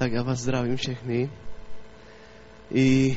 Tak já vás zdravím všechny. I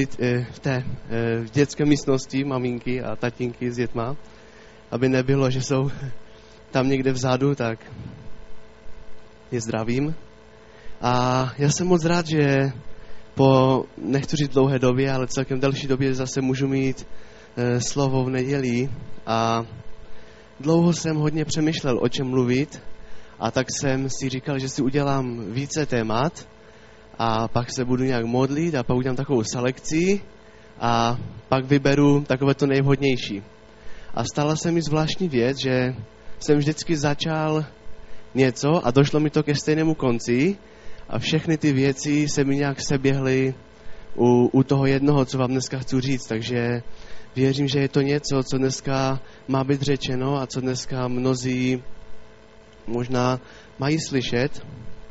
v dětské místnosti maminky a tatínky s dětma, aby nebylo, že jsou tam někde vzadu, tak je zdravím. A já jsem moc rád, že po, nechci říct dlouhé době, ale celkem delší době zase můžu mít slovo v neděli. A dlouho jsem hodně přemýšlel, o čem mluvit, a tak jsem si říkal, že si udělám více témat a pak se budu nějak modlit a pak udělám takovou selekci a pak vyberu takové to nejvhodnější. A stala se mi zvláštní věc, že jsem vždycky začal něco a došlo mi to ke stejnému konci a všechny ty věci se mi nějak seběhly u toho jednoho, co vám dneska chci říct. Takže věřím, že je to něco, co dneska má být řečeno a co dneska mnozí možná mají slyšet.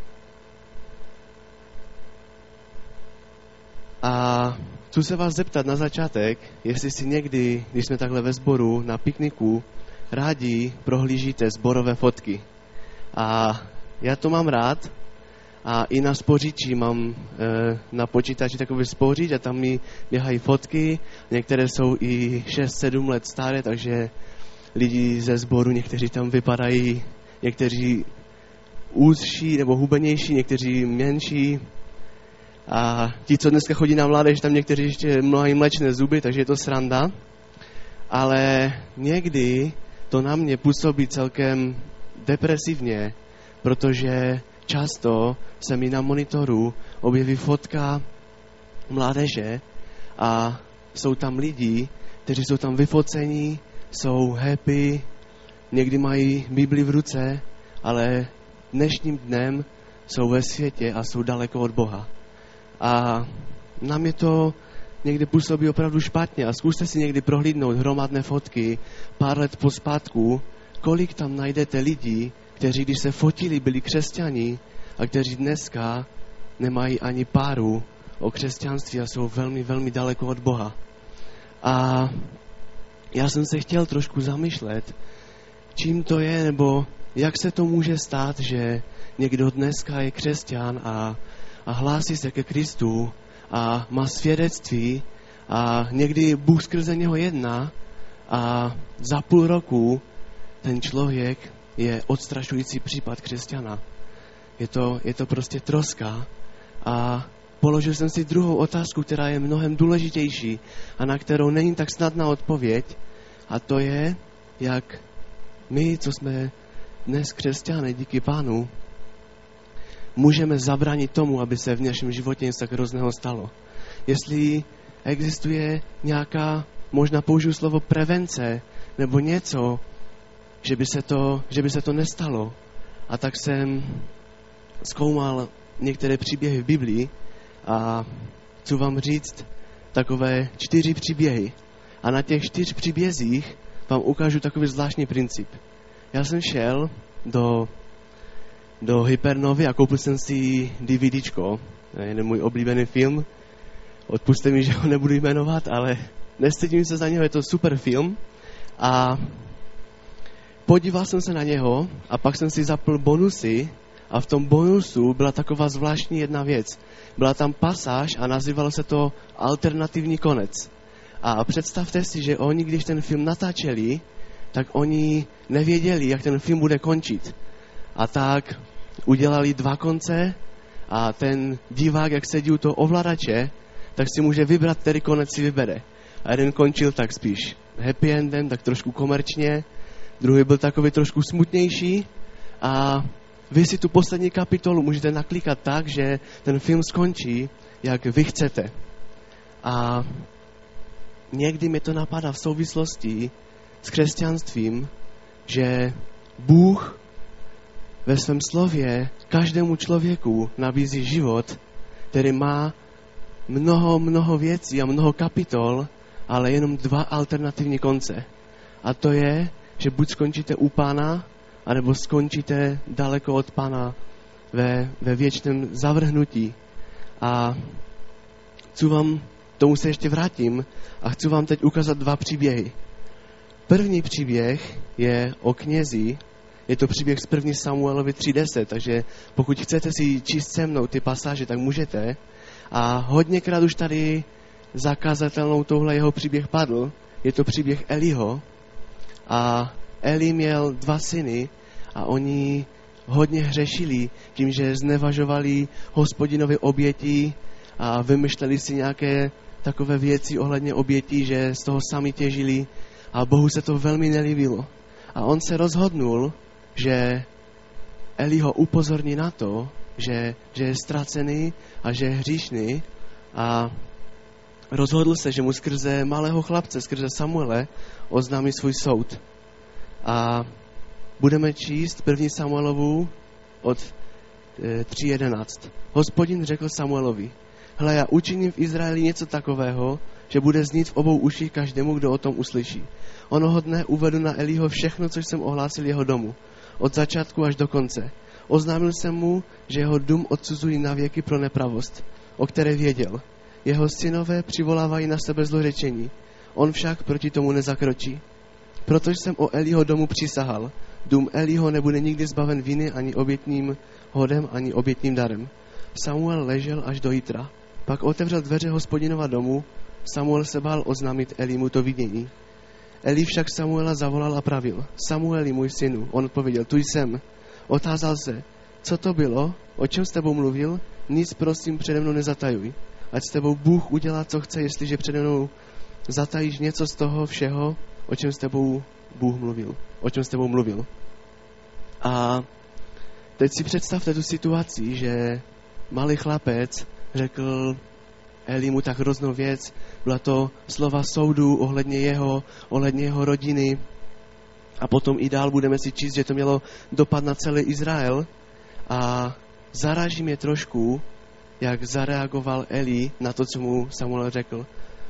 A chci se vás zeptat na začátek, jestli si někdy, když jsme takhle ve sboru na pikniku, rádi prohlížíte sborové fotky. A já to mám rád a i na spoříči mám na počítači takový spoříč a tam mi běhají fotky. Některé jsou i 6-7 let staré, takže lidi ze sboru, někteří tam vypadají, někteří úzší nebo hubenější, někteří menší. A ti, co dneska chodí na mládež, tam někteří ještě mají mléčné zuby, takže je to sranda. Ale někdy to na mě působí celkem depresivně, protože často se mi na monitoru objeví fotka mládeže a jsou tam lidi, kteří jsou tam vyfocení, jsou happy, někdy mají Bibli v ruce, ale dnešním dnem jsou ve světě a jsou daleko od Boha. A na mě to někdy působí opravdu špatně. A zkuste si někdy prohlídnout hromadné fotky pár let pospátku, kolik tam najdete lidí, kteří, když se fotili, byli křesťani a kteří dneska nemají ani páru o křesťanství a jsou velmi, velmi daleko od Boha. A já jsem se chtěl trošku zamýšlet, čím to je, nebo jak se to může stát, že někdo dneska je křesťan a hlásí se ke Kristu a má svědectví a někdy Bůh skrze něho jedná a za půl roku ten člověk je odstrašující případ křesťana. Je to prostě troska. A položil jsem si druhou otázku, která je mnohem důležitější a na kterou není tak snadná odpověď, a to je, jak my, co jsme dnes křesťané díky Pánu, můžeme zabránit tomu, aby se v našem životě něco tak hrozného stalo. Jestli existuje nějaká, možná použiju slovo prevence, nebo něco, že by se to nestalo. A tak jsem zkoumal některé příběhy v Biblii a chci vám říct takové 4 příběhy. A na těch 4 příbězích vám ukážu takový zvláštní princip. Já jsem šel do Hypernovy a koupil jsem si DVDčko, jeden můj oblíbený film. Odpuste mi, že ho nebudu jmenovat, ale nestydím se za něho, je to super film. A podíval jsem se na něho a pak jsem si zapl bonusy a v tom bonusu byla taková zvláštní jedna věc. Byla tam pasáž a nazývalo se to Alternativní konec. A představte si, že oni, když ten film natáčeli, tak oni nevěděli, jak ten film bude končit. A tak udělali 2 konce a ten divák, jak sedí u toho ovladače, tak si může vybrat, který konec si vybere. A jeden končil tak spíš happy endem, tak trošku komerčně, druhý byl takový trošku smutnější a vy si tu poslední kapitolu můžete naklikat tak, že ten film skončí, jak vy chcete. A někdy mi to napadá v souvislosti s křesťanstvím, že Bůh ve svém slově každému člověku nabízí život, který má mnoho věcí a mnoho kapitol, ale jenom 2 alternativní konce. A to je, že buď skončíte u Pána, anebo skončíte daleko od Pána ve věčném zavrhnutí. A tomu se ještě vrátím a chci vám teď ukázat 2 příběhy. První příběh je o knězi, Je to příběh z 1. Samuelovi 3.10, takže pokud chcete si číst se mnou ty pasáže, tak můžete. A hodněkrát už tady zakázatelnou touhle jeho příběh padl. Je to příběh Eliho. A Eli měl 2 syny a oni hodně hřešili tím, že znevažovali Hospodinovi oběti a vymyšleli si nějaké takové věci ohledně obětí, že z toho sami těžili a Bohu se to velmi nelíbilo. A on se rozhodnul, že Eli ho upozorní na to, že je ztracený a že je hříšný a rozhodl se, že mu skrze malého chlapce, skrze Samuele, oznámí svůj soud. A budeme číst 1. Samuelovu od 3.11. Hospodin řekl Samuelovi, hle, já učiním v Izraeli něco takového, že bude znít v obou uších každému, kdo o tom uslyší. Onoho dne uvedu na Eliho všechno, co jsem ohlásil jeho domu, od začátku až do konce. Oznámil jsem mu, že jeho dům odsuzují na věky pro nepravost, o které věděl. Jeho synové přivolávají na sebe zlořečení, on však proti tomu nezakročí. Protože jsem o Eliho domu přísahal, dům Eliho nebude nikdy zbaven viny ani obětním hodem, ani obětním darem. Samuel ležel až do jitra. Pak otevřel dveře Hospodinova domu, Samuel se bál oznámit Elimu to vidění. Eli však Samuela zavolal a pravil, Samueli, můj synu. On odpověděl, tu jsem. Otázal se, co to bylo, o čem s tebou mluvil, nic prosím přede mnou nezatajuj. Ať s tebou Bůh udělá, co chce, jestliže přede mnou zatajíš něco z toho všeho, o čem s tebou Bůh mluvil. O čem s tebou mluvil. A teď si představte tu situaci, že malý chlapec řekl Elimu tak hroznou věc, byla to slova soudu ohledně jeho rodiny a potom i dál budeme si číst, že to mělo dopad na celý Izrael a zaráží mě trošku, jak zareagoval Eli na to, co mu Samuel řekl.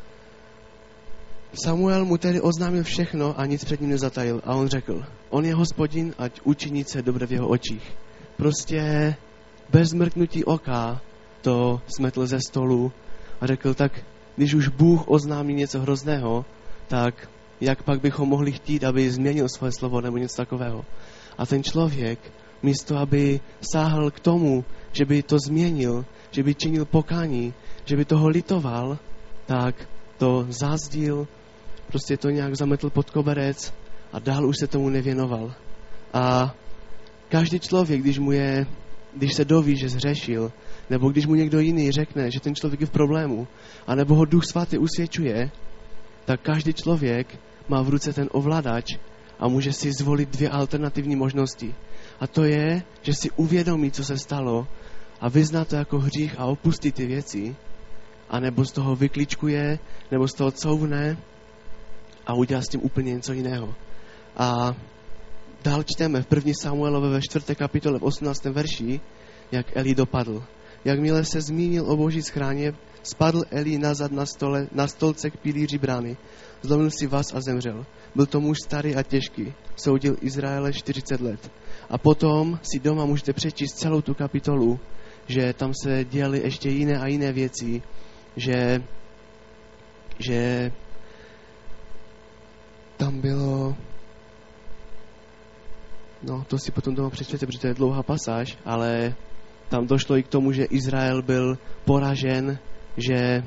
Samuel mu tedy oznámil všechno a nic před ním nezatajil a on řekl, on je Hospodin, ať učiní se dobře v jeho očích. Prostě bez mrknutí oka to smetl ze stolu a řekl, tak když už Bůh oznámí něco hrozného, tak jak pak bychom mohli chtít, aby změnil svoje slovo nebo něco takového. A ten člověk, místo aby sáhl k tomu, že by to změnil, že by činil pokání, že by toho litoval, tak to zazdil, prostě to nějak zametl pod koberec a dál už se tomu nevěnoval. A každý člověk, když se doví, že zhřešil, nebo když mu někdo jiný řekne, že ten člověk je v problému, anebo ho Duch Svatý usvědčuje, tak každý člověk má v ruce ten ovladač a může si zvolit 2 alternativní možnosti. A to je, že si uvědomí, co se stalo a vyzná to jako hřích a opustí ty věci, anebo z toho vykličkuje, nebo z toho couvne a udělá s tím úplně něco jiného. A dál čteme v 1. Samuelove ve 4. kapitole v 18. verši, jak Eli dopadl. Jakmile se zmínil o Boží schráně, spadl Eli nazad na stolce k pilíři brány. Zlomil si vaz a zemřel. Byl to muž starý a těžký. Soudil Izraele 40 let. A potom si doma můžete přečíst celou tu kapitolu, že tam se dělaly ještě jiné a jiné věci, že tam bylo... No, to si potom doma přečtěte, protože to je dlouhá pasáž, ale tam došlo i k tomu, že Izrael byl poražen, že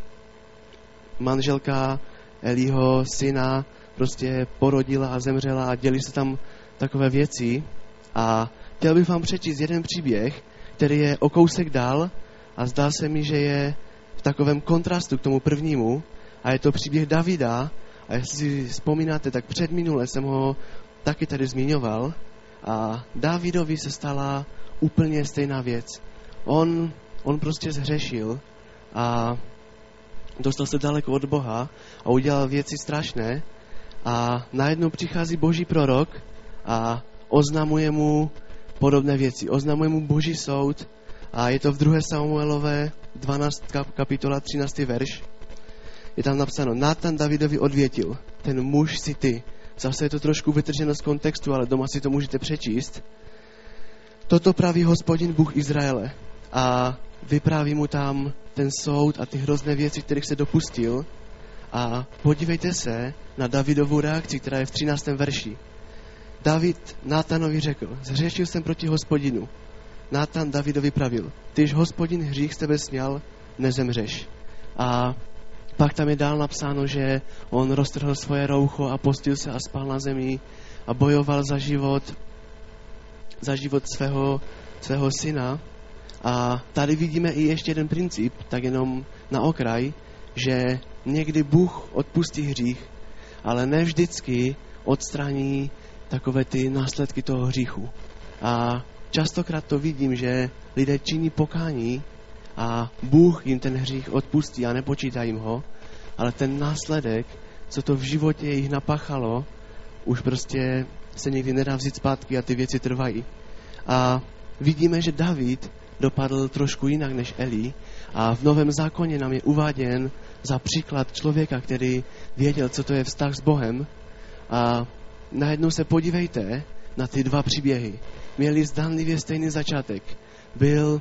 manželka Eliho syna prostě porodila a zemřela a děli se tam takové věci. A chtěl bych vám přečíst jeden příběh, který je o kousek dál a zdá se mi, že je v takovém kontrastu k tomu prvnímu. A je to příběh Davida. A jestli si vzpomínáte, tak předminule jsem ho taky tady zmiňoval. A Davidovi se stala úplně stejná věc. On prostě zhřešil a dostal se daleko od Boha a udělal věci strašné. A najednou přichází Boží prorok a oznamuje mu podobné věci. Oznamuje mu Boží soud a je to v 2. Samuelové 12. kapitola 13. verš. Je tam napsáno, Nátan Davidovi odvětil, ten muž si ty. Zase je to trošku vytrženo z kontextu, ale doma si to můžete přečíst. Toto praví Hospodin Bůh Izraele a vypráví mu tam ten soud a ty hrozné věci, kterých se dopustil. A podívejte se na Davidovu reakci, která je v 13. verši. David Nátanovi řekl, zhřešil jsem proti Hospodinu. Nátan Davidovi pravil, tyž Hospodin hřích z tebe sňal, nezemřeš. A pak tam je dál napsáno, že on roztrhl svoje roucho a postil se a spal na zemi a bojoval za život svého syna. A tady vidíme i ještě jeden princip, tak jenom na okraj, že někdy Bůh odpustí hřích, ale ne vždycky odstraní takové ty následky toho hříchu. A častokrát to vidím, že lidé činí pokání a Bůh jim ten hřích odpustí a nepočítá jim ho, ale ten následek, co to v životě jich napáchalo, už prostě se někdy nedá vzít zpátky a ty věci trvají. A vidíme, že David dopadl trošku jinak než Eli a v Novém zákoně nám je uváděn za příklad člověka, který věděl, co to je vztah s Bohem. A najednou se podívejte na ty dva příběhy. Měli zdánlivě stejný začátek. Byl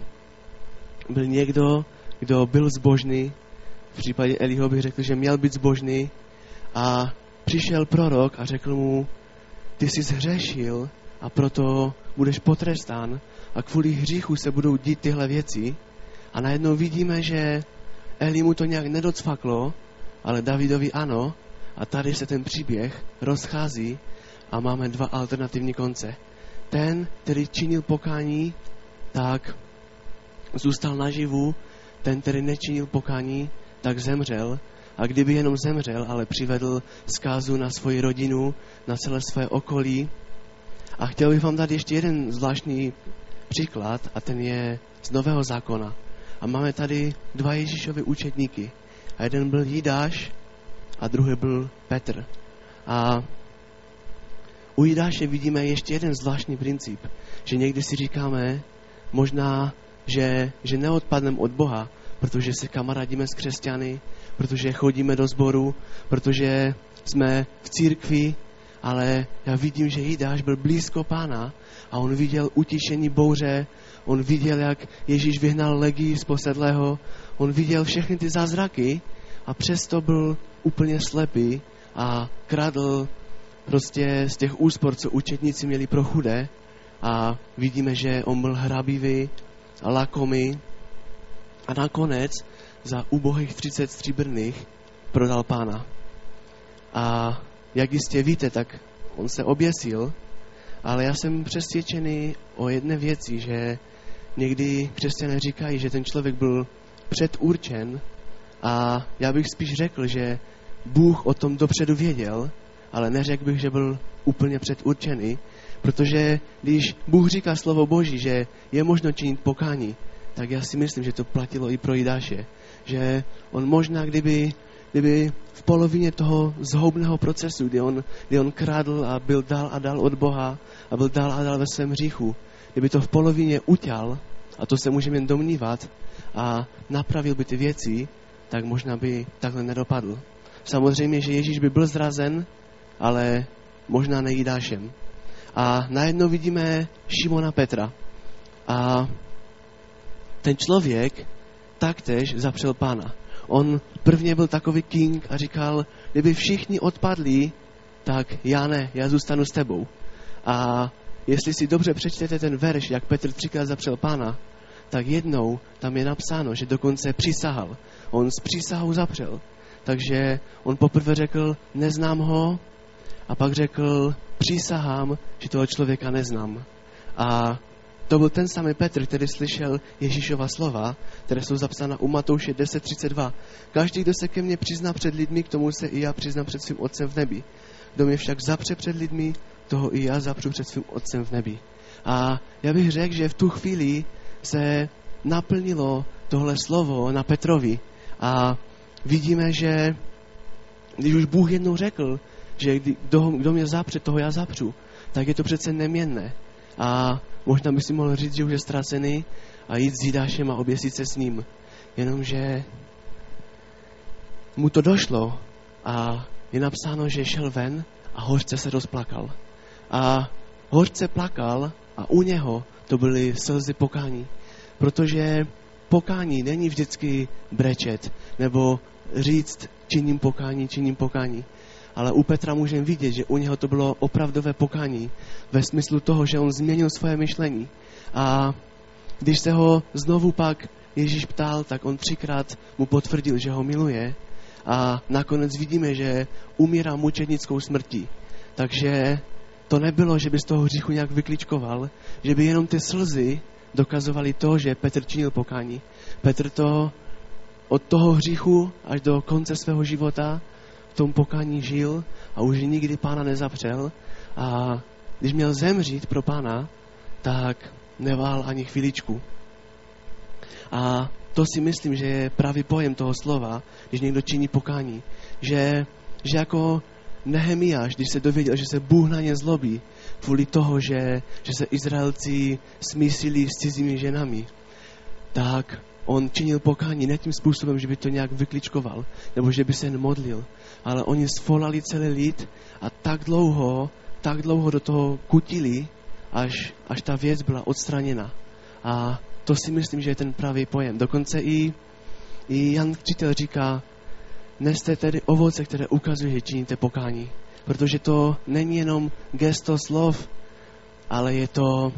někdo, kdo byl zbožný, v případě Eliho bych řekl, že měl být zbožný, a přišel prorok a řekl mu, ty jsi zhřešil a proto budeš potrestán a kvůli hříchu se budou dít tyhle věci. A najednou vidíme, že Eli mu to nějak nedocvaklo, ale Davidovi ano, a tady se ten příběh rozchází a máme dva alternativní konce. Ten, který činil pokání, tak zůstal naživu, ten, který nečinil pokání, tak zemřel. A kdyby jenom zemřel, ale přivedl zkázu na svoji rodinu, na celé své okolí. A chtěl bych vám dát ještě jeden zvláštní příklad, a ten je z Nového zákona. A máme tady dva Ježíšovy učedníky. A jeden byl Jidáš a druhý byl Petr. A u Jidáše vidíme ještě jeden zvláštní princip, že někdy si říkáme možná, že neodpadneme od Boha, protože se kamarádíme s křesťany, protože chodíme do sboru, protože jsme v církvi, ale já vidím, že Jidáš byl blízko Pána a on viděl utišení bouře, on viděl, jak Ježíš vyhnal legii z posedlého, on viděl všechny ty zázraky a přesto byl úplně slepý a kradl prostě z těch úspor, co učedníci měli pro chudé, a vidíme, že on byl hrabivý a lakomý a nakonec za ubohých 30 stříbrných prodal Pána. A jak jistě víte, tak on se oběsil, ale já jsem přesvědčený o jedné věci, že někdy křesťané říkají, že ten člověk byl předurčen, a já bych spíš řekl, že Bůh o tom dopředu věděl, ale neřekl bych, že byl úplně předurčený, protože když Bůh říká slovo Boží, že je možno činit pokání, tak já si myslím, že to platilo i pro Jidáše. Že on možná, kdyby v polovině toho zhoubného procesu, kdy on kradl a byl dál a dál od Boha a byl dál a dál ve svém hříchu, kdyby to v polovině uťal, a to se můžeme jen domnívat, a napravil by ty věci, tak možná by takhle nedopadl. Samozřejmě, že Ježíš by byl zrazen, ale možná ne Jidášem. A najednou vidíme Šimona Petra. A ten člověk taktéž zapřel Pána. On prvně byl takový king a říkal, kdyby všichni odpadli, tak já ne, já zůstanu s tebou. A jestli si dobře přečtete ten verš, jak Petr 3krát zapřel Pána, tak jednou tam je napsáno, že dokonce přísahal. On s přísahou zapřel. Takže on poprvé řekl, neznám ho, a pak řekl, přísahám, že toho člověka neznám. A to byl ten samý Petr, který slyšel Ježíšova slova, které jsou zapsána u Matouše 10:32. Každý, kdo se ke mně přizná před lidmi, k tomu se i já přiznám před svým Otcem v nebi. Kdo mě však zapře před lidmi, toho i já zapřu před svým Otcem v nebi. A já bych řekl, že v tu chvíli se naplnilo tohle slovo na Petrovi. A vidíme, že když už Bůh jednou řekl, že kdo mě zapře, toho já zapřu, tak je to přece neměnné. A možná by si mohl říct, že už je ztracený a jít s Jidášem a oběsit se s ním. Jenomže mu to došlo a je napsáno, že šel ven a hořce se rozplakal. A hořce plakal a u něho to byly slzy pokání. Protože pokání není vždycky brečet nebo říct činím pokání, ale u Petra můžeme vidět, že u něho to bylo opravdové pokání ve smyslu toho, že on změnil svoje myšlení. A když se ho znovu pak Ježíš ptal, tak on 3krát mu potvrdil, že ho miluje a nakonec vidíme, že umírá mučednickou smrtí. Takže to nebylo, že by z toho hříchu nějak vykličkoval, že by jenom ty slzy dokazovaly to, že Petr činil pokání. Petr to od toho hříchu až do konce svého života v tom pokání žil a už nikdy Pána nezapřel. A když měl zemřít pro Pána, tak nevál ani chviličku. A to si myslím, že je pravý pojem toho slova, když někdo činí pokání. Že jako Nehemiáš, když se dověděl, že se Bůh na ně zlobí kvůli toho, že se Izraelci smísili s cizími ženami, tak on činil pokání ne tím způsobem, že by to nějak vykličkoval, nebo že by se jen modlil, ale oni svolali celý lid a tak dlouho do toho kutili, až ta věc byla odstraněna. A to si myslím, že je ten pravý pojem. Dokonce i Jan Křtitel říká, neste tedy ovoce, které ukazuje, že činíte pokání. Protože to není jenom gesto slov, ale je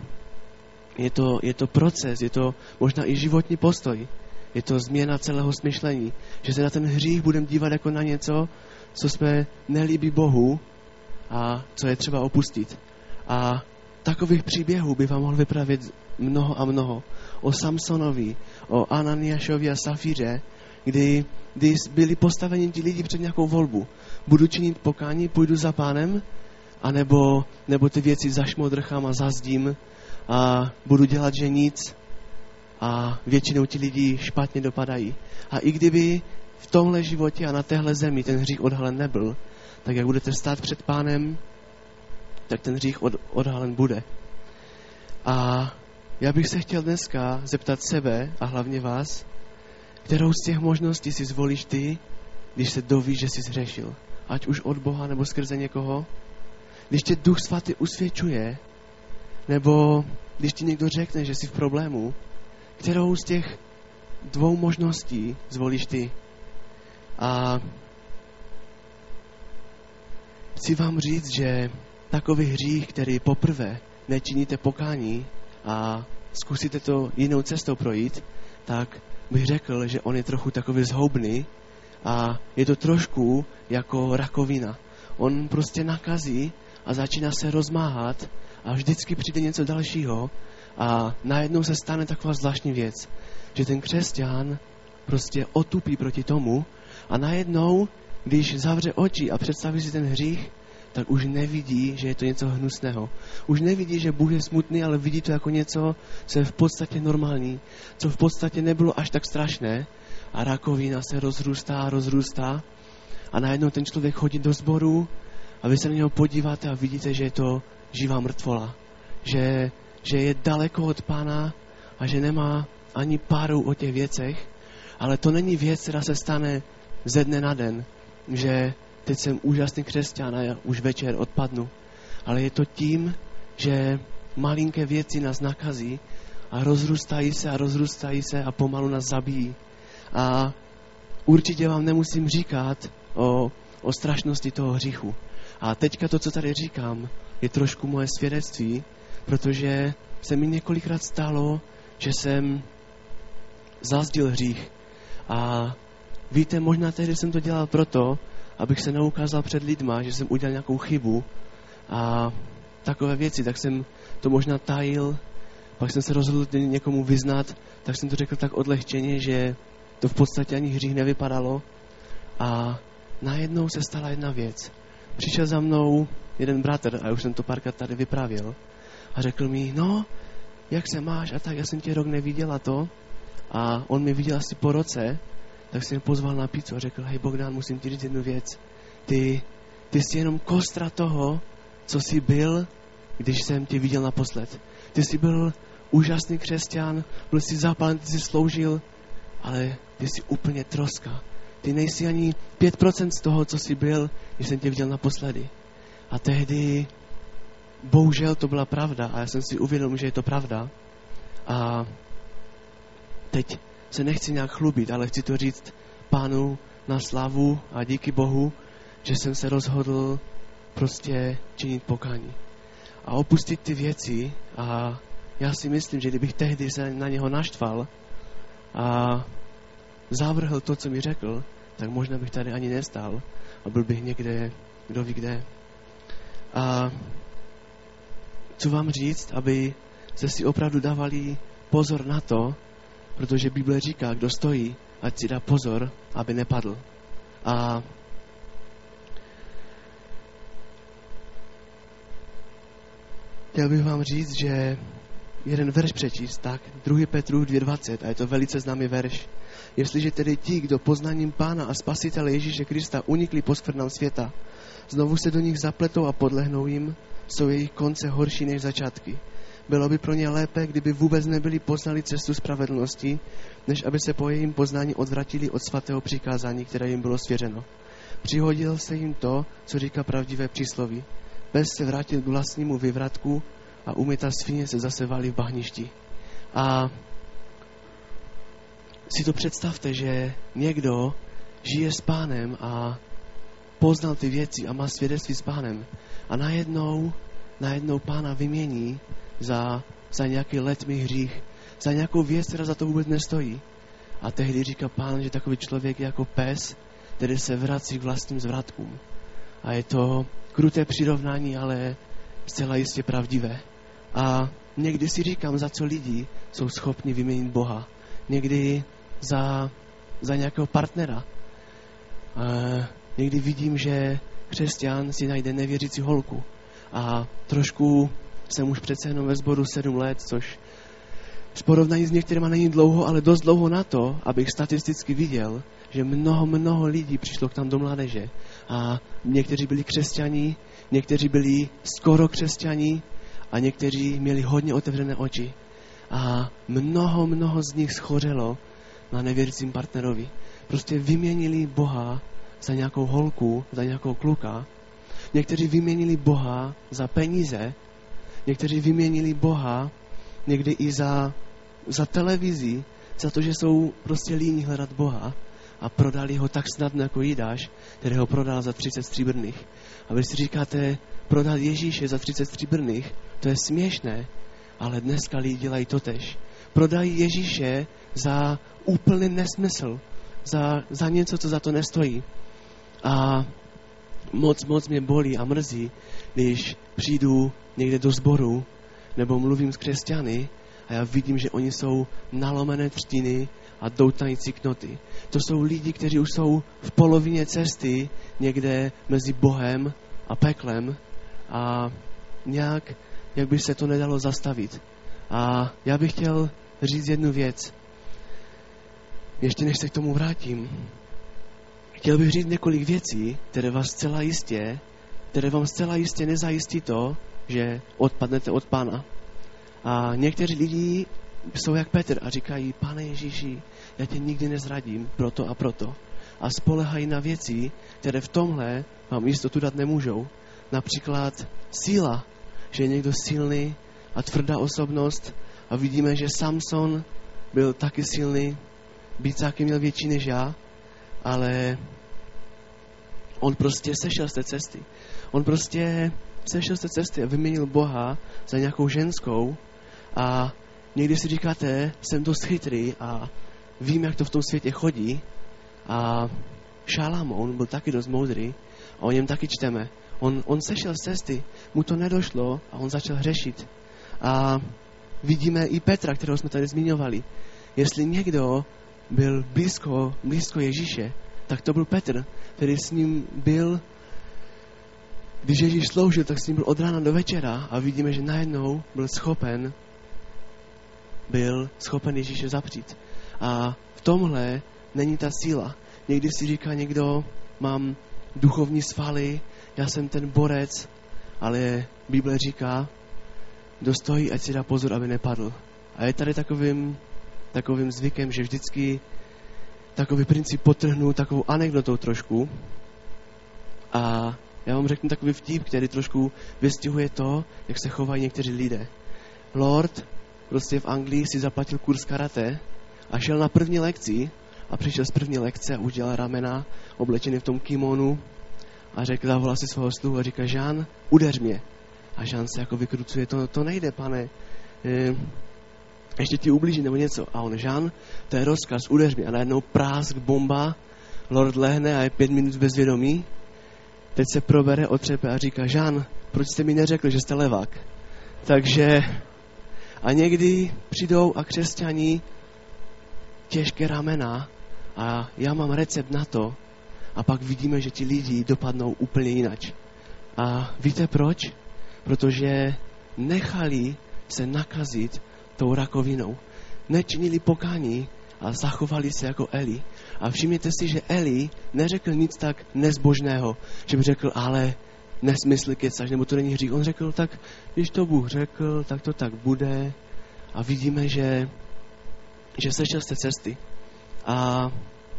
to proces, je to možná i životní postoj. Je to změna celého smyšlení. Že se na ten hřích budeme dívat jako na něco, co jsme nelíbí Bohu a co je třeba opustit. A takových příběhů by vám mohl vyprávět mnoho a mnoho. O Samsonovi, o Ananiášovi a Safíře, kdy byli postaveni ti lidi před nějakou volbu. Budu činit pokání, půjdu za Pánem, nebo ty věci zašmodrchám a zazdím a budu dělat, že nic a většinou ti lidi špatně dopadají. A i kdyby v tomhle životě a na téhle zemi ten hřích odhalen nebyl, tak jak budete stát před Pánem, tak ten hřích odhalen bude. A já bych se chtěl dneska zeptat sebe a hlavně vás, kterou z těch možností si zvolíš ty, když se dovíš, že jsi zhřešil. Ať už od Boha nebo skrze někoho. Když tě Duch Svatý usvědčuje, nebo když ti někdo řekne, že jsi v problému, kterou z těch dvou možností zvolíš ty. A chci vám říct, že takový hřích, který poprvé nečiníte pokání a zkusíte to jinou cestou projít, tak bych řekl, že on je trochu takový zhoubný a je to trošku jako rakovina. On prostě nakazí a začíná se rozmáhat a vždycky přijde něco dalšího a najednou se stane taková zvláštní věc, že ten křesťan prostě otupí proti tomu a najednou, když zavře oči a představí si ten hřích, tak už nevidí, že je to něco hnusného. Už nevidí, že Bůh je smutný, ale vidí to jako něco, co je v podstatě normální, co v podstatě nebylo až tak strašné a rakovina se rozrůstá a najednou ten člověk chodí do sboru a vy se na něho podíváte a vidíte, že je to živá mrtvola. Že je daleko od Pána a že nemá ani páru o těch věcech, ale to není věc, která se stane ze dne na den, že teď jsem úžasný křesťan a já už večer odpadnu. Ale je to tím, že malinké věci nás nakazí a rozrůstají se a pomalu nás zabíjí. A určitě vám nemusím říkat o strašnosti toho hříchu. A teďka to, co tady říkám, je trošku moje svědectví, protože se mi několikrát stalo, že jsem zazdil hřích. A víte, možná tehdy jsem to dělal proto, abych se neukázal před lidma, že jsem udělal nějakou chybu a takové věci, tak jsem to možná tajil, pak jsem se rozhodl někomu vyznat, tak jsem to řekl tak odlehčeně, že to v podstatě ani hřích nevypadalo a najednou se stala jedna věc. Přišel za mnou jeden bratr, a už jsem to párkrát tady vyprávěl, a řekl mi, no, jak se máš a tak, já jsem tě rok neviděl a to. A on mi viděl asi po roce, tak jsem mě pozval na pizzu a řekl, hej Bogdan, musím ti říct jednu věc. Ty jsi jenom kostra toho, co jsi byl, když jsem tě viděl naposled. Ty jsi byl úžasný křesťan, byl jsi zapálen, ty jsi sloužil, ale ty jsi úplně troska. Ty nejsi ani 5% z toho, co jsi byl, když jsem tě viděl naposledy. A tehdy, bohužel, to byla pravda a já jsem si uvědomil, že je to pravda. A teď se nechci nějak chlubit, ale chci to říct Pánu na slavu a díky Bohu, že jsem se rozhodl prostě činit pokání a opustit ty věci. A já si myslím, že kdybych tehdy se na něho naštval a zavrhl to, co mi řekl, tak možná bych tady ani nestál a byl bych někde, kdo ví kde. A chci vám říct, aby se si opravdu dávali pozor na to, protože Bible říká, kdo stojí, ať si dá pozor, aby nepadl. A chtěl bych vám říct, že jeden verš přečíst, tak 2. Petrův 2:20, a je to velice známý verš. Jestliže tedy ti, kdo poznaním Pána a Spasitele Ježíše Krista unikli poskvrnám světa, znovu se do nich zapletou a podlehnou jim, jsou jejich konce horší než začátky. Bylo by pro ně lépe, kdyby vůbec nebyli poznali cestu spravedlnosti, než aby se po jejím poznání odvratili od svatého přikázání, které jim bylo svěřeno. Přihodil se jim to, co říká pravdivé přísloví. Pes se vrátil k vlastnímu vyvratku a umytá svině se zase valí v bahništi. A si to představte, že někdo žije s Pánem a poznal ty věci a má svědectví s Pánem a najednou Pána vymění za nějaký letmý hřích, za nějakou věc, která za to vůbec nestojí. A tehdy říká Pán, že takový člověk je jako pes, který se vrací k vlastním zvratkům. A je to kruté přirovnání, ale zcela jistě pravdivé. A někdy si říkám, za co lidi jsou schopni vyměnit Boha. Někdy za nějakého partnera. A někdy vidím, že křesťan si najde nevěřící holku. A trošku jsem už přece jenom ve sboru 7 let, což v porovnání s některýma není dlouho, ale dost dlouho na to, abych statisticky viděl, že mnoho lidí přišlo k tam do mládeže. A někteří byli křesťaní, někteří byli skoro křesťaní a někteří měli hodně otevřené oči. A mnoho z nich schořelo na nevěřícím partnerovi. Prostě vyměnili Boha za nějakou holku, za nějakou kluka. Někteří vyměnili Boha za peníze, někteří vyměnili Boha někdy i za televizi, za to, že jsou prostě líní hledat Boha a prodali ho tak snadno jako Jidáš, který ho prodal za 30 stříbrných. A vy si říkáte, prodat Ježíše za 30 stříbrných, to je směšné, ale dneska lidi dělají totež. Prodají Ježíše za úplný nesmysl, za něco, co za to nestojí. A moc mě bolí a mrzí, když přijdu někde do sboru nebo mluvím s křesťany a já vidím, že oni jsou nalomené třtiny a doutající knoty. To jsou lidi, kteří už jsou v polovině cesty někde mezi Bohem a peklem a nějak, jak by se to nedalo zastavit. A já bych chtěl říct jednu věc. Ještě než se k tomu vrátím, chtěl bych říct několik věcí, které vám zcela jistě nezajistí to, že odpadnete od Pána. A někteří lidi jsou jak Petr a říkají, Pane Ježíši, já tě nikdy nezradím, proto a proto. A spolehají na věci, které v tomhle vám jistotu dát nemůžou. Například síla, že je někdo silný a tvrdá osobnost a vidíme, že Samson byl taky silný, Bícáky měl větší než já, ale on prostě sešel z té cesty. A vyměnil Boha za nějakou ženskou a někdy si říkáte, jsem dost chytrý a vím, jak to v tom světě chodí a Šalamón byl taky dost moudrý a o něm taky čteme. On sešel z cesty, mu to nedošlo a on začal hřešit. A vidíme i Petra, kterého jsme tady zmiňovali. Jestli někdo byl blízko Ježíše, tak to byl Petr, který s ním byl, když Ježíš sloužil, tak s ním byl od rána do večera a vidíme, že najednou byl schopen Ježíše zapřít. A v tomhle není ta síla. Někdy si říká někdo, mám duchovní svaly, já jsem ten borec, ale Bible říká, kdo stojí, ať si dá pozor, aby nepadl. A je tady takovým zvykem, že vždycky takový princip potrhnu takovou anekdotou trošku. A já vám řeknu takový vtip, který trošku vystihuje to, jak se chovají někteří lidé. Lord prostě v Anglii si zaplatil kurz karate a šel na první lekci a přišel z první lekce a udělal ramena, oblečený v tom kimonu a zavolal si svého sluhu a říká, Žán, udeř mě. A Žán se jako vykrucuje, to nejde, pane, ještě ti ublíží nebo něco. A on, Žán, to je rozkaz, udeř mě. A najednou prásk, bomba, lord lehne a je 5 minut bezvědomí. Teď se probere, otřepe a říká, Žán, proč jste mi neřekl, že jste levák? Takže a někdy přijdou a křesťaní těžké ramena a já mám recept na to a pak vidíme, že ti lidi dopadnou úplně jinak. A víte proč? Protože nechali se nakazit tou rakovinou. Nečinili pokání a zachovali se jako Eli. A všimněte si, že Eli neřekl nic tak nezbožného, že by řekl, ale nesmysl kecaš, nebo to není hřích. On řekl, tak když to Bůh řekl, tak to tak bude. A vidíme, že sešel z té cesty. A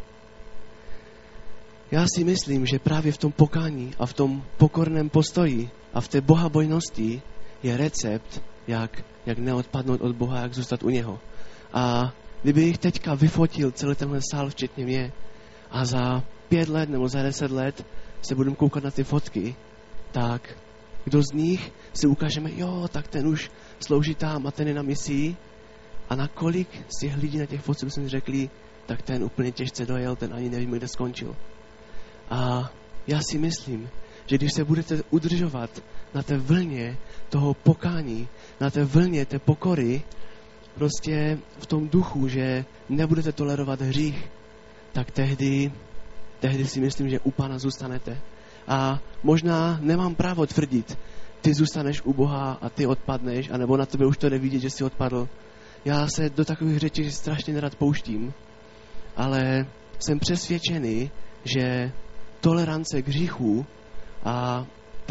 já si myslím, že právě v tom pokání a v tom pokorném postoji a v té bohabojnosti je recept, jak neodpadnout od Boha, jak zůstat u něho. A kdybych teďka vyfotil celý tenhle sál, včetně mě, a za 5 let nebo za 10 let se budeme koukat na ty fotky, tak kdo z nich si ukážeme, jo, tak ten už slouží tam a ten je na misii. A nakolik z těch lidí na těch fotcích jsme řekli, tak ten úplně těžce dojel, ten ani nevíme, kde skončil. A já si myslím, že když se budete udržovat na té vlně toho pokání, na té vlně té pokory, prostě v tom duchu, že nebudete tolerovat hřích, tak tehdy si myslím, že u Pána zůstanete. A možná nemám právo tvrdit, ty zůstaneš u Boha a ty odpadneš, anebo na tebe už to jde vidět, že jsi odpadl. Já se do takových řečí strašně nerad pouštím, ale jsem přesvědčený, že tolerance k hříchu a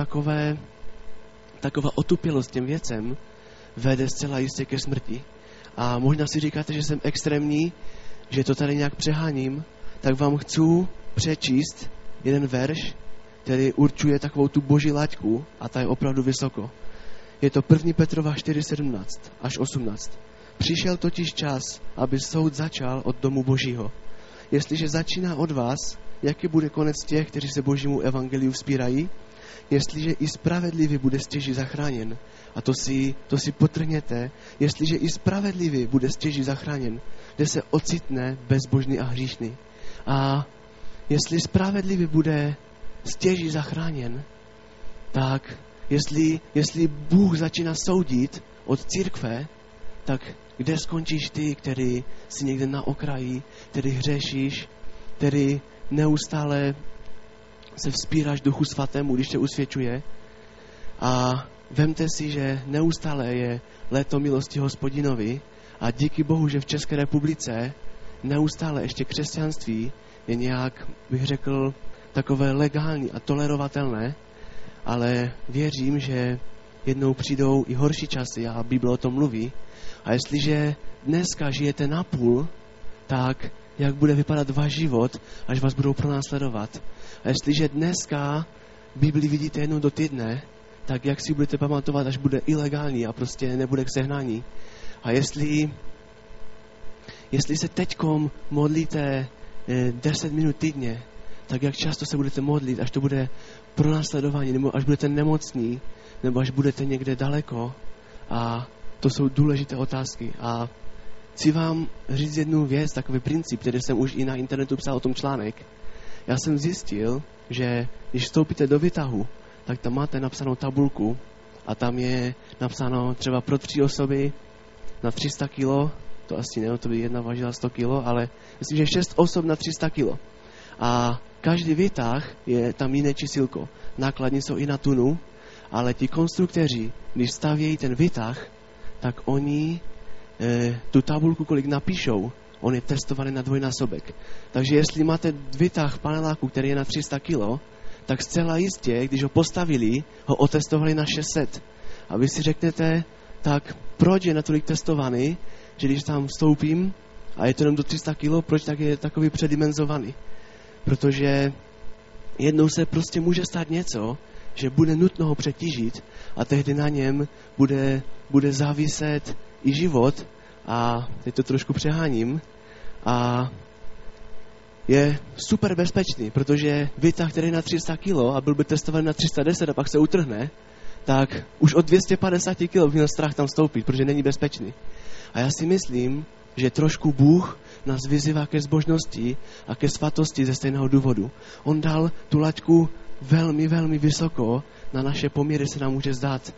taková otupělost těm věcem vede zcela jistě ke smrti. A možná si říkáte, že jsem extrémní, že to tady nějak přeháním, tak vám chci přečíst jeden verš, který určuje takovou tu boží laťku a ta je opravdu vysoko. Je to 1. Petrova 4:17 až 18. Přišel totiž čas, aby soud začal od domu Božího. Jestliže začíná od vás, jaký bude konec těch, kteří se Božímu evangeliu vzpírají? Jestliže i spravedlivý bude stěží zachráněn, a to si potrhněte, jestliže i spravedlivý bude stěží zachráněn, kde se ocitne bezbožný a hříšný. A jestli spravedlivý bude stěží zachráněn, tak jestli Bůh začíná soudit od církve, tak kde skončíš ty, který jsi někde na okraji, který hřešíš, který neustále se vzpíráš Duchu Svatému, když tě usvědčuje. A vemte si, že neustále je léto milosti Hospodinovi a díky Bohu, že v České republice neustále ještě křesťanství je nějak, bych řekl, takové legální a tolerovatelné, ale věřím, že jednou přijdou i horší časy a Bible o tom mluví. A jestliže dneska žijete napůl, tak jak bude vypadat váš život, až vás budou pronásledovat. A jestliže dneska Bibli vidíte jednou do týdne, tak jak si budete pamatovat, až bude ilegální a prostě nebude k sehnání. A jestli se teďkom modlíte 10 minut týdně, tak jak často se budete modlit, až to bude pronásledování, nebo až budete nemocní, nebo až budete někde daleko. A to jsou důležité otázky. A chci vám říct jednu věc, takový princip, který jsem už i na internetu psal o tom článek. Já jsem zjistil, že když vstoupíte do výtahu, tak tam máte napsanou tabulku a tam je napsáno třeba pro 3 osoby na 300 kilo, to asi ne, to by jedna vážila 100 kilo, ale myslím, že 6 osob na 300 kilo. A každý výtah je tam jiné čísilko. Nákladní jsou i na tunu, ale ti konstruktéři, když stavějí ten výtah, tak oni tu tabulku, kolik napíšou, on je testovaný na dvojnásobek. Takže jestli máte výtah paneláku, který je na 300 kilo, tak zcela jistě, když ho postavili, ho otestovali na 600. A vy si řeknete, tak proč je natolik testovaný, že když tam vstoupím a je to jenom do 300 kilo, proč tak je takový předimenzovaný? Protože jednou se prostě může stát něco, že bude nutno ho přetížit a tehdy na něm bude záviset i život a teď to trošku přeháním a je super bezpečný, protože výtah, který je na 300 kg a byl by testovaný na 310 a pak se utrhne, tak už od 250 kg by měl strach tam vstoupit, protože není bezpečný. A já si myslím, že trošku Bůh nás vyzývá ke zbožnosti a ke svatosti ze stejného důvodu. On dal tu laťku velmi, velmi vysoko, na naše poměry se nám může zdát.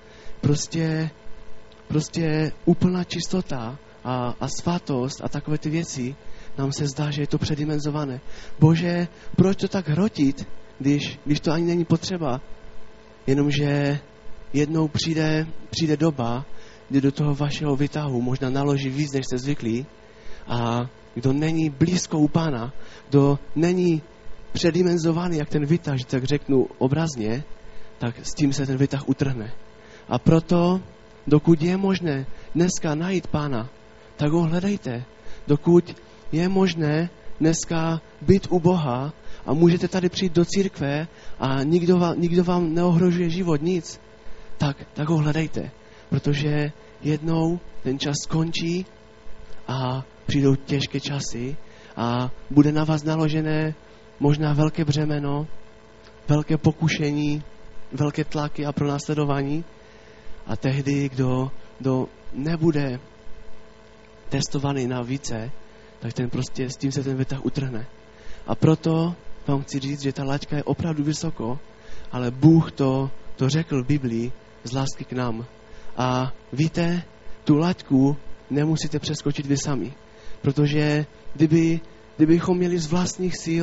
Prostě úplná čistota a svatost a takové ty věci nám se zdá, že je to předimenzované. Bože, proč to tak hrotit, když to ani není potřeba? Jenomže jednou přijde doba, kdy do toho vašeho výtahu možná naloží víc, než jste zvyklí, a kdo není blízko u Pána, kdo není předimenzovaný, jak ten výtah, že tak řeknu obrazně, tak s tím se ten výtah utrhne. A proto, dokud je možné dneska najít Pána, tak ho hledejte. Dokud je možné dneska být u Boha a můžete tady přijít do církve a nikdo vám neohrožuje život, nic, tak ho hledejte. Protože jednou ten čas skončí a přijdou těžké časy a bude na vás naložené možná velké břemeno, velké pokušení, velké tlaky a pronásledování. A tehdy, kdo nebude testovaný na více, tak ten prostě s tím se ten výtah utrhne. A proto vám chci říct, že ta laťka je opravdu vysoko, ale Bůh to řekl v Biblii z lásky k nám. A víte, tu laťku nemusíte přeskočit vy sami. Protože kdybychom měli z vlastních sil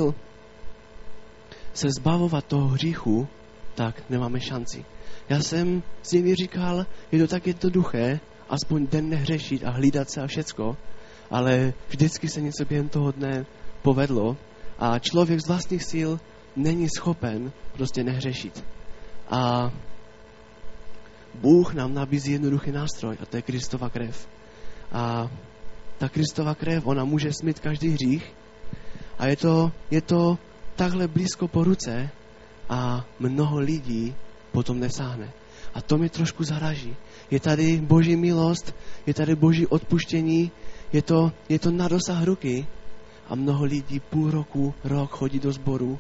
se zbavovat toho hříchu, tak nemáme šanci. Já jsem s nimi říkal, je to tak jednoduché, aspoň den nehřešit a hlídat se a všecko, ale vždycky se něco během toho dne povedlo a člověk z vlastních sil není schopen prostě nehřešit. A Bůh nám nabízí jednoduchý nástroj a to je Kristova krev. A ta Kristova krev, ona může smít každý hřích a je to takhle blízko po ruce a mnoho lidí potom nesáhne. A to mě trošku zaraží. Je tady Boží milost, je tady Boží odpuštění, je to na dosah ruky a mnoho lidí půl roku, rok chodí do sboru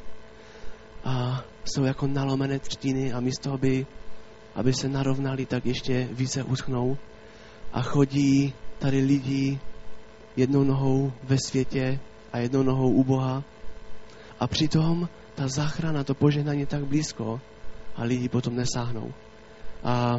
a jsou jako nalomené třtiny a místo, aby se narovnali, tak ještě více uschnou a chodí tady lidi jednou nohou ve světě a jednou nohou u Boha a přitom ta záchrana, to požehnání je tak blízko a lidi potom nesáhnou. A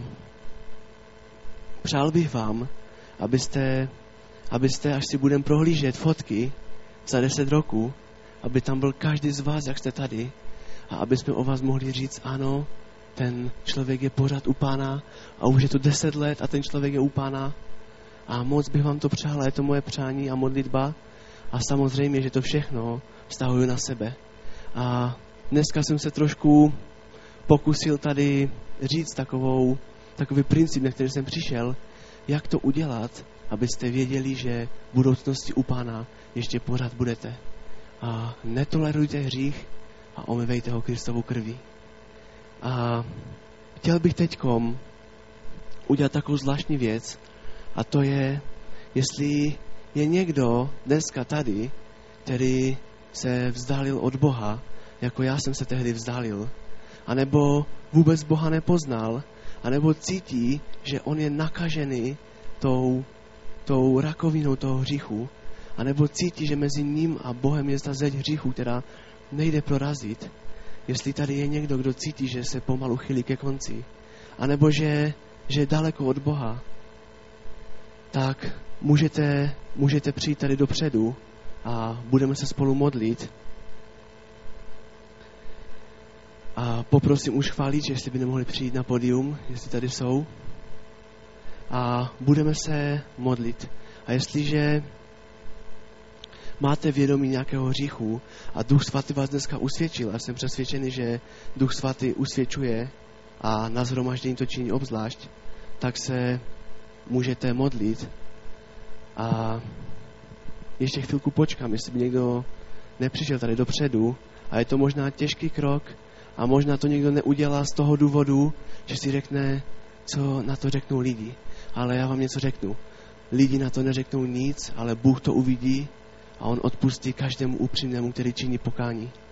přál bych vám, abyste, až si budeme prohlížet fotky za 10 roků, aby tam byl každý z vás, jak jste tady, a aby jsme o vás mohli říct, ano, ten člověk je pořád u Pána a už je to 10 let a ten člověk je u Pána. A moc bych vám to přál, je to moje přání a modlitba. A samozřejmě, že to všechno vztahuju na sebe. A dneska jsem se trošku pokusil tady říct takový princip, na který jsem přišel, jak to udělat, abyste věděli, že v budoucnosti u Pána ještě pořád budete. A netolerujte hřích a omyvejte ho Kristovou krví. A chtěl bych teďkom udělat takovou zvláštní věc, a to je, jestli je někdo dneska tady, který se vzdálil od Boha, jako já jsem se tehdy vzdálil, anebo vůbec Boha nepoznal, anebo cítí, že on je nakažený tou rakovinou toho hříchu, anebo cítí, že mezi ním a Bohem je ta zeď hříchu, která nejde prorazit. Jestli tady je někdo, kdo cítí, že se pomalu chylí ke konci, anebo že je daleko od Boha, tak můžete přijít tady dopředu a budeme se spolu modlit. A poprosím už chváliče, jestli by nemohli přijít na pódium, jestli tady jsou. A budeme se modlit. A jestliže máte vědomí nějakého hříchu a Duch Svatý vás dneska usvědčil, a jsem přesvědčený, že Duch Svatý usvědčuje a na shromaždění to činí obzvlášť, tak se můžete modlit. A ještě chvilku počkám, jestli by někdo nepřišel tady dopředu a je to možná těžký krok a možná to někdo neudělá z toho důvodu, že si řekne, co na to řeknou lidi. Ale já vám něco řeknu. Lidi na to neřeknou nic, ale Bůh to uvidí a on odpustí každému upřímnému, který činí pokání.